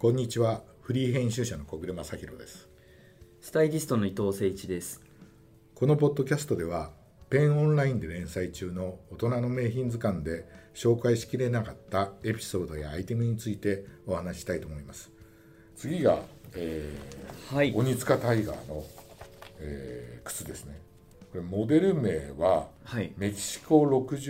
こんにちは。フリー編集者の小暮正弘です。 スタイリストの伊藤誠一です。 このポッドキャストでは、ペンオンラインで連載中の大人の名品図鑑で紹介しきれなかったエピソードやアイテムについてお話ししたいと思います。次が、鬼塚タイガーの、靴ですね。これモデル名は、メキシコ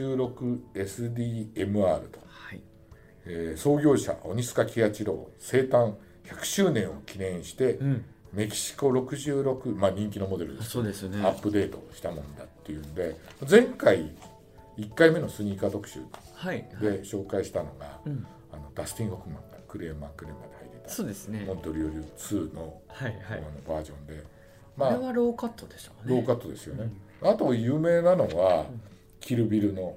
66SDMR と、創業者鬼塚喜八郎生誕100周年を記念して、メキシコ66、人気のモデルですけど、 そうですよね、 アップデートしたもんだっていうんで、前回1回目のスニーカー特集で紹介したのが、ダスティン・ホフマンがクレーマーで履いてた、 そうですね、 モントリオール2の、バージョンで、 あれはローカットでしたもんね。 ローカットですよね。あと有名なのは、キルビルの、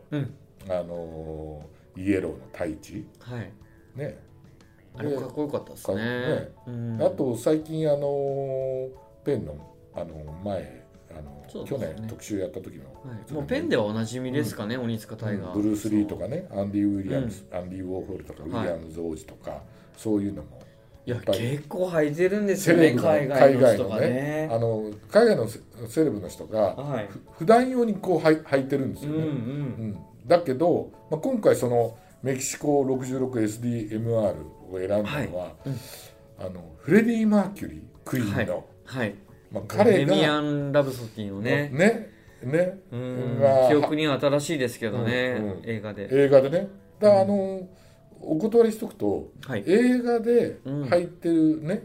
イエローの太一、ね、 あれかっこよかったですね。 あと最近ペンの前去年特集やった時の、 もうペンではおなじみですかね、鬼塚タイガー、 ブルース・リーとかね、アンディ・ウィリアムス、アンディ・ウォーホルとかウィリアムズ王子とか、そういうのも結構履いてるんですよね、海外の人がね。 海外のセレブの人が、普段用にこう履いてるんですよね。だけど、今回そのメキシコ 66SDMR を選んだのは、フレディ・マーキュリー、クイーンの、彼がボヘミアン・ラブソディのね、記憶には新しいですけどね、映画でね。だからお断りしとくと、映画で入ってるね、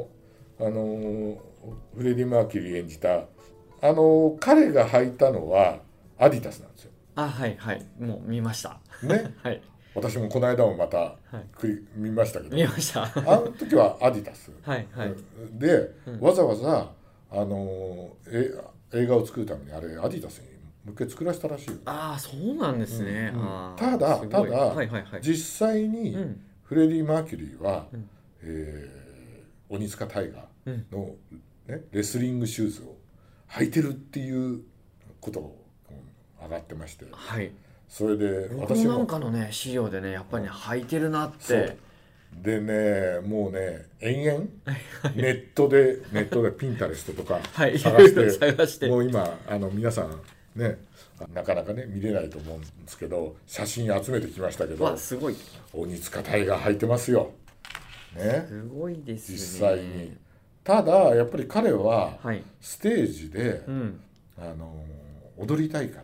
フレディ・マーキュリー演じた彼が履いたのはアディダスなんですよ。 もう見ましたね。私もこの間もまた見ましたけど、 見ました。 あの時はアディダスで、わざわざ映画を作るためにあれアディダスにもう一回作らせたらしいよ。 そうなんですね。 ただ実際にフレディ・マーキュリーは、鬼塚タイガーの、レスリングシューズを履いてるっていうことを上がってまして、それで私もなんかのね資料でね、やっぱり履いてるなって。 でね、もうね、延々ネットでピンタレストとか探して、もう今皆さんね、なかなかね見れないと思うんですけど、写真集めてきましたけど、 すごい鬼塚タイガー履いてますよ、ね、 すごいですね、 実際に。ただやっぱり彼はステージで、踊りたいから、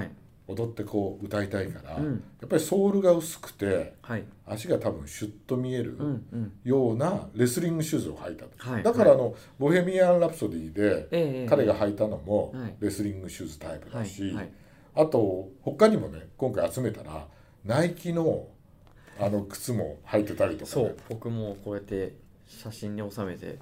踊ってこう歌いたいから、やっぱりソールが薄くて、足が多分シュッと見えるようなレスリングシューズを履いたと、だからボヘミアン・ラプソディで彼が履いたのもレスリングシューズタイプだし、あと他にもね、今回集めたらナイキの靴も履いてたりとか、ね、 僕もこうやって写真に収めて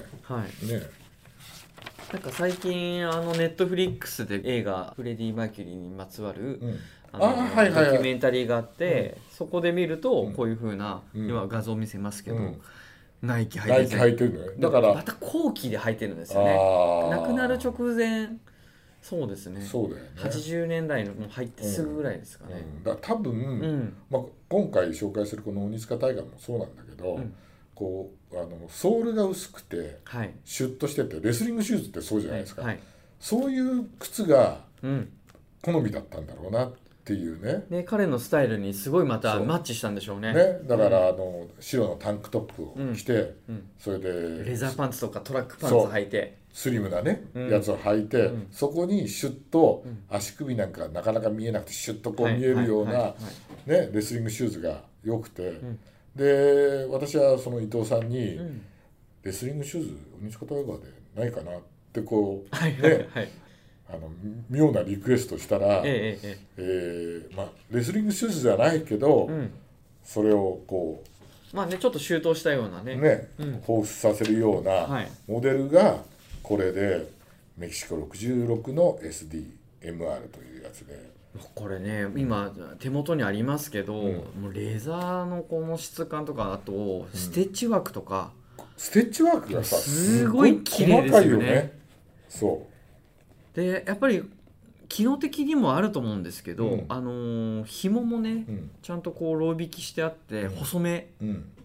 なんか最近ネットフリックスで映画フレディ・マーキュリーにまつわる、ドキュメンタリーがあって、そこで見るとこういう風な、今画像を見せますけど、ナイキ履いてるのよ。だからまた後期で履いてるんですよね。亡くなる直前、そうですね、80年代のもう入ってすぐぐらいですかね。 だ多分、今回紹介するこの鬼塚タイガーもそうなんだけど、こうソールが薄くて、シュッとしてて、レスリングシューズってそうじゃないですか、そういう靴が好みだったんだろうなっていうね。 彼のスタイルにすごいまたマッチしたんでしょうね。 だから白のタンクトップを着て、それでレザーパンツとかトラックパンツ履いて、 スリムなね、やつを履いて、そこにシュッと足首なんかなかなか見えなくてシュッとこう見えるようなレスリングシューズが良くて、で私はその伊藤さんに、レスリングシューズ鬼塚タイガーでないかなってこう妙なリクエストしたら、レスリングシューズじゃないけど、それをこうちょっと周到したようなね、 彷彿させるようなモデルがこれでメキシコ66の SDMR というやつで、 これね今手元にありますけど、もうレザーのこの質感とか、あとステッチワークとか、 ステッチワークがさすごい綺麗ですよね。 そうでやっぱり機能的にもあると思うんですけど、紐もね、ちゃんとこうロー引きしてあって細め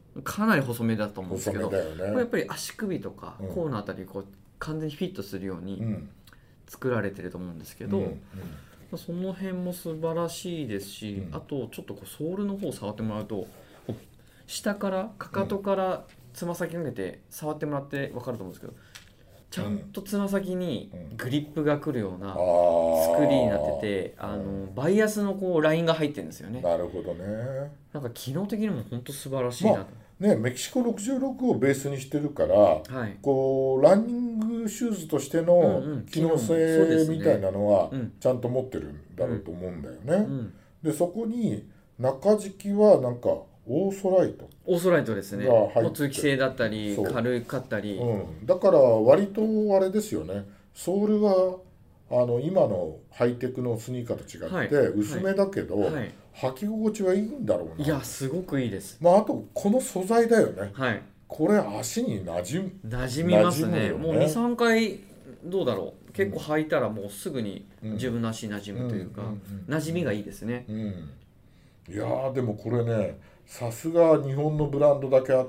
かなり細めだと思うんですけど、 細めだよね、 やっぱり足首とか甲のあたりこう完全にフィットするように作られてると思うんですけど、その辺も素晴らしいですし、あとちょっとこうソールの方触ってもらうと、下からかかとからつま先にかけて触ってもらって分かると思うんですけど、ちゃんとつま先にグリップがくるような作りになってて、バイアスのこうラインが入ってるんですよね。 なるほどね。 なんか機能的にも本当素晴らしいなと。 メキシコ66をベースにしてるから、こうランニングシューズとしての機能性みたいなのはちゃんと持ってるんだろうと思うんだよね。でそこに中敷きはなんかオーソライトですね。通気性だったり軽かったり、 だから割とあれですよね、ソールは今のハイテクのスニーカーと違って薄めだけど、履き心地はいいんだろうな。 いやすごくいいです。 あとこの素材だよね。これ足に馴染みますね。もう 2,3 回どうだろう、結構履いたらもうすぐに自分の足に馴染むというか、馴染みがいいですね。 いやーでもこれね、さすが日本のブランドだけあって、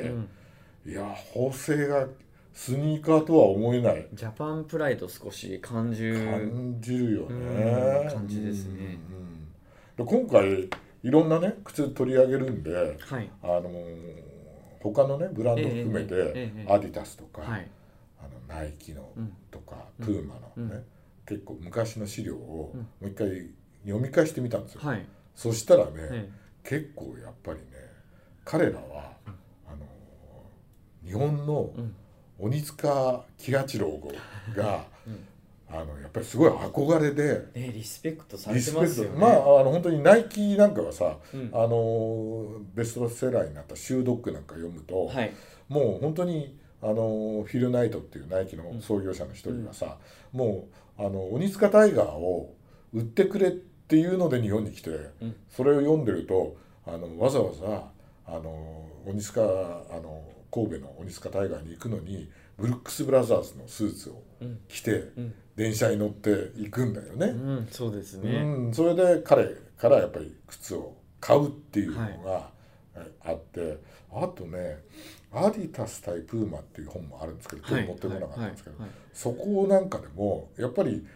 いや縫製がスニーカーとは思えないジャパンプライド少し感じるよね。 感じですね。 で今回いろんなね靴取り上げるんで、他のねブランド含めて、アディダスとか、ナイキのとか、プーマのね、結構昔の資料をもう一回読み返してみたんですよ。そしたらね、結構やっぱりね彼らは日本の鬼塚喜八郎がやっぱりすごい憧れで、 リスペクトされてますよね。 本当にナイキなんかはさ、ベストセラーになったシュードッグなんか読むと、もう本当にフィル・ナイトっていうナイキの創業者の一人がさ、もう鬼塚タイガーを売ってくれっていうので日本に来て、それを読んでるとわざわざ鬼塚神戸の鬼塚タイガーに行くのにブルックス・ブラザーズのスーツを着て電車に乗って行くんだよね。 そうですね。 それで彼からやっぱり靴を買うっていうのがあって、あとねアディタス対プーマっていう本もあるんですけど、今日持ってこなかったんですけど、そこなんかでもやっぱり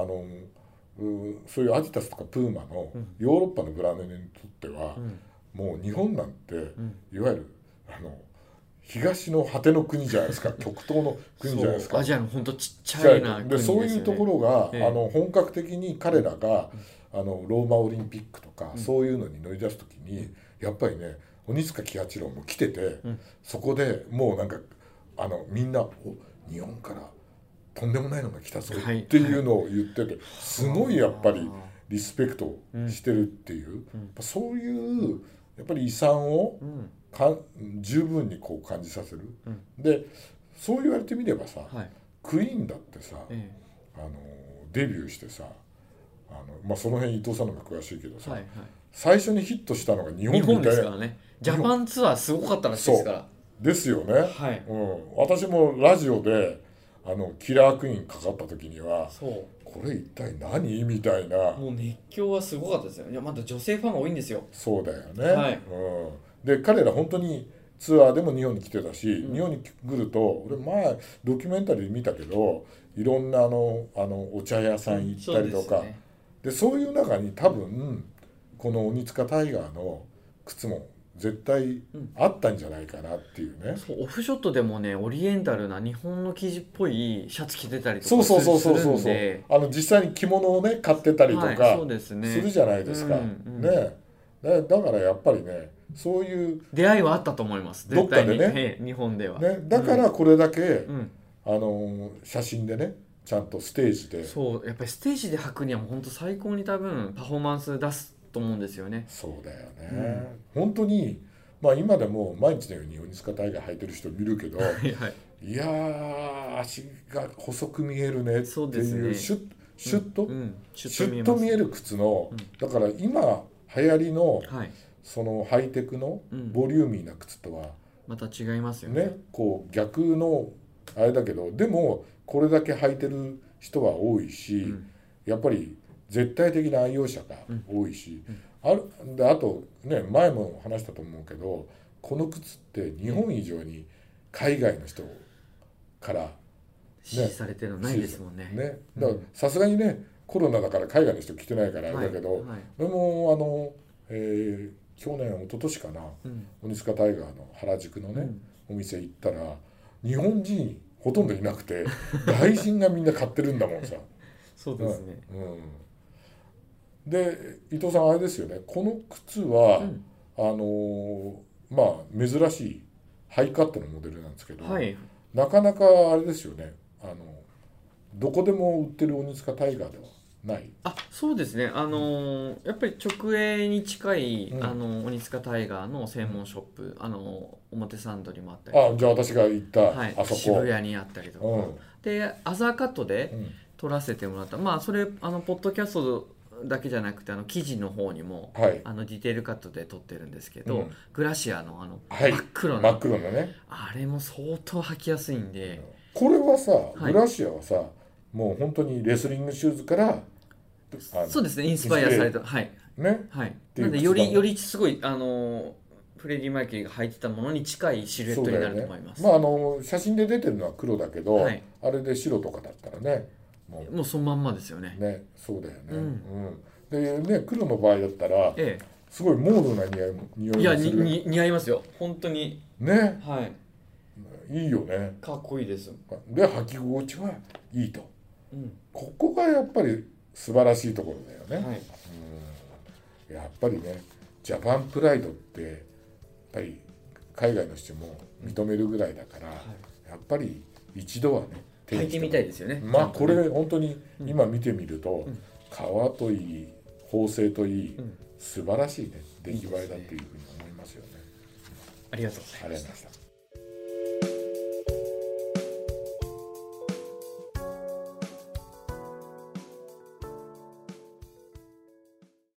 そういうアディタスとかプーマのヨーロッパのブランドにとっては、もう日本なんていわゆる東の果ての国じゃないですか。極東の国じゃないですか。 アジアの本当ちっちゃいな国ですよね。 そういうところが、本格的に彼らがローマオリンピックとか、そういうのに乗り出す時にやっぱりね鬼塚喜八郎も来てて、そこでもうなんかみんな日本からとんでもないのが来たぞっていうのを言ってて、すごいやっぱりリスペクトしてるっていう、そういうやっぱり遺産を十分にこう感じさせる。でそう言われてみればさ、クイーンだってさ、デビューしてさ、その辺伊藤さんの方が詳しいけどさ、最初にヒットしたのが日本みたいな。 ですからね。ジャパンツアーすごかったらしいですから。 ですよね。私もラジオでキラークイーンかかった時には、これ一体何みたいな。 もう熱狂はすごかったですよ。いやまだ女性ファンが多いんですよ。 そうだよね。で彼ら本当にツアーでも日本に来てたし、日本に来ると俺前ドキュメンタリーで見たけど、いろんなお茶屋さん行ったりとか、でそういう中に多分この鬼塚タイガーの靴も絶対あったんじゃないかなっていうね。 オフショットでもねオリエンタルな日本の生地っぽいシャツ着てたりとかするんで、 実際に着物をね買ってたりとかするじゃないですか。だからやっぱりねそういう出会いはあったと思います。 どっかでね、 日本ではだからこれだけ写真でねちゃんとステージで、 そうやっぱりステージで履くには本当最高に多分パフォーマンス出すと思うんですよね。 そうだよね。本当に今でも毎日のように鬼塚タイガー履いてる人見るけど、いやー足が細く見えるねっていう、シュッと見える靴の、だから今流行りのそのハイテクのボリューミーな靴とはまた違いますよね。 こう逆のあれだけど、でもこれだけ履いてる人は多いし、やっぱり絶対的な愛用者が多いし、あとね前も話したと思うけど、 この靴って日本以上に海外の人から、 支持されてるのないですもんね。 だからさすがにねコロナだから海外の人来てないからあれだけど、でも去年一昨年かな、鬼塚タイガーの原宿のね、お店行ったら日本人ほとんどいなくて外人がみんな買ってるんだもんさ。 そうですね。 で伊藤さんあれですよね、この靴は、まあ珍しいハイカットのモデルなんですけど、なかなかあれですよね、どこでも売ってる鬼塚タイガーではない。 そうですね、やっぱり直営に近い、鬼塚タイガーの専門ショップ、表参道にもあったり、 じゃあ私が行った、あそこ渋谷にあったりとか、でアザーカットで撮らせてもらった、まあそれポッドキャストだけじゃなくて記事の方にも、ディテールカットで撮ってるんですけど、グラシアの真っ黒なね、 あれも相当履きやすいんで、 これはさ、グラシアはさもう本当にレスリングシューズからそうですね、インスパイアされた、 ね、 なんでよりすごいフレディ・マーキュリーが履いてたものに近いシルエットになると思います。 まあ写真で出てるのは黒だけど、あれで白とかだったらねもうそのまんまですよね。 そうだよね。でね、黒の場合だったら、すごいモードな匂いがする。 似合いますよ本当にね。いいよね。 かっこいいです。 で履き心地はいいと、ここがやっぱり素晴らしいところだよね。やっぱりねジャパンプライドってやっぱり海外の人も認めるぐらいだから、やっぱり一度はね履いてみたいですよね。 まあこれ本当に今見てみると、革といい縫製といい、素晴らしいね出来栄えだっていうふうに思いますよね。 ありがとうございました。